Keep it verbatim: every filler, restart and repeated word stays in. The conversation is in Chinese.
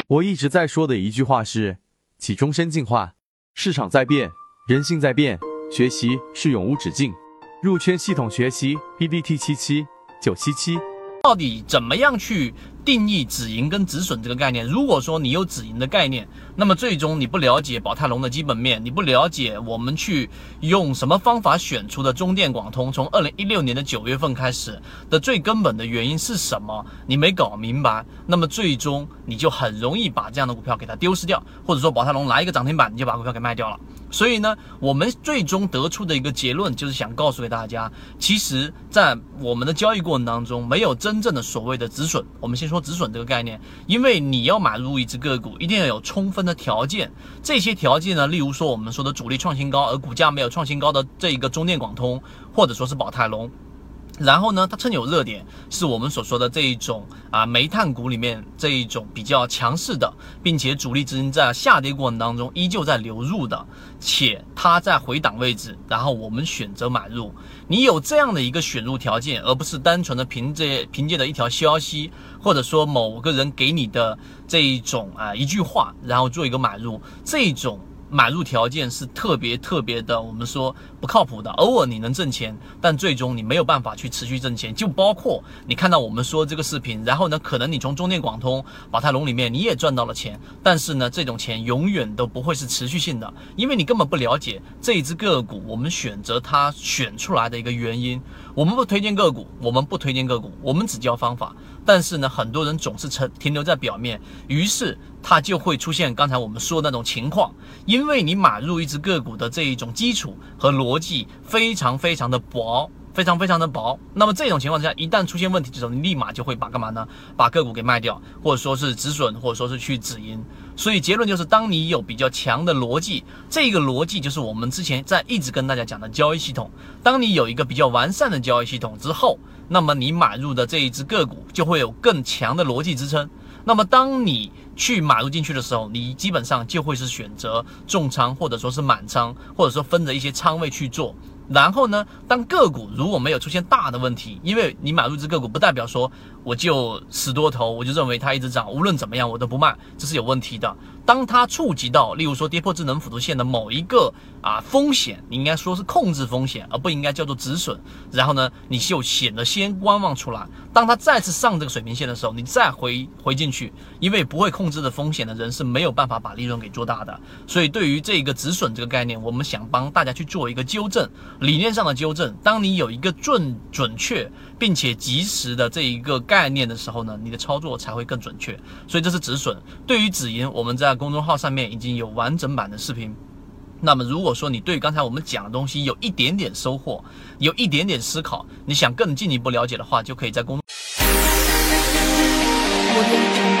我一直在说的一句话是：起终身进化，市场在变，人性在变，学习是永无止境。入圈系统学习 P P T 七七九七七。 到底怎么样去定义止盈跟止损这个概念？如果说你有止盈的概念，那么最终你不了解宝泰隆的基本面，你不了解我们去用什么方法选出的中电广通从二零一六年的九月份开始的最根本的原因是什么，你没搞明白，那么最终你就很容易把这样的股票给它丢失掉，或者说宝泰隆来一个涨停板你就把股票给卖掉了。所以呢，我们最终得出的一个结论就是想告诉给大家，其实在我们的交易过程当中没有真正的所谓的止损。我们先说止损这个概念，因为你要买入一只个股一定要有充分的条件，这些条件呢，例如说我们说的主力创新高而股价没有创新高的这一个中电广通，或者说是宝泰隆。然后呢，它趁有热点，是我们所说的这一种啊煤炭股里面这一种比较强势的，并且主力资金在下跌过程当中依旧在流入的，且它在回档位置，然后我们选择买入。你有这样的一个选入条件，而不是单纯的凭借凭借的一条消息，或者说某个人给你的这一种啊一句话，然后做一个买入，这种买入条件是特别特别的，我们说不靠谱的。偶尔你能挣钱，但最终你没有办法去持续挣钱。就包括你看到我们说这个视频，然后呢，可能你从中电广通、宝泰隆里面你也赚到了钱，但是呢，这种钱永远都不会是持续性的，因为你根本不了解这一只个股我们选择它选出来的一个原因。我们不推荐个股，我们不推荐个股，我们只教方法。但是呢，很多人总是停留在表面，于是它就会出现刚才我们说的那种情况。因为你买入一只个股的这一种基础和逻辑非常非常的薄，非常非常的薄，那么这种情况之下，一旦出现问题的时候，你立马就会把干嘛呢？把个股给卖掉，或者说是止损，或者说是去止盈。所以结论就是，当你有比较强的逻辑，这个逻辑就是我们之前在一直跟大家讲的交易系统。当你有一个比较完善的交易系统之后，那么你买入的这一只个股就会有更强的逻辑支撑。那么当你去买入进去的时候，你基本上就会是选择重仓，或者说是满仓，或者说分着一些仓位去做。然后呢，当个股如果没有出现大的问题，因为你买入一只个股不代表说我就死多头，我就认为它一直涨，无论怎么样我都不卖，这是有问题的。当它触及到例如说跌破智能辅助线的某一个啊风险，你应该说是控制风险，而不应该叫做止损。然后呢，你就显得先观望出来。当它再次上这个水平线的时候，你再回回进去，因为不会控制的风险的人是没有办法把利润给做大的。所以对于这个止损这个概念，我们想帮大家去做一个纠正，理念上的纠正。当你有一个准准确并且及时的这一个概念的时候呢，你的操作才会更准确。所以这是止损。对于止盈，我们在公众号上面已经有完整版的视频。那么如果说你对刚才我们讲的东西有一点点收获，有一点点思考，你想更进一步了解的话，就可以在公众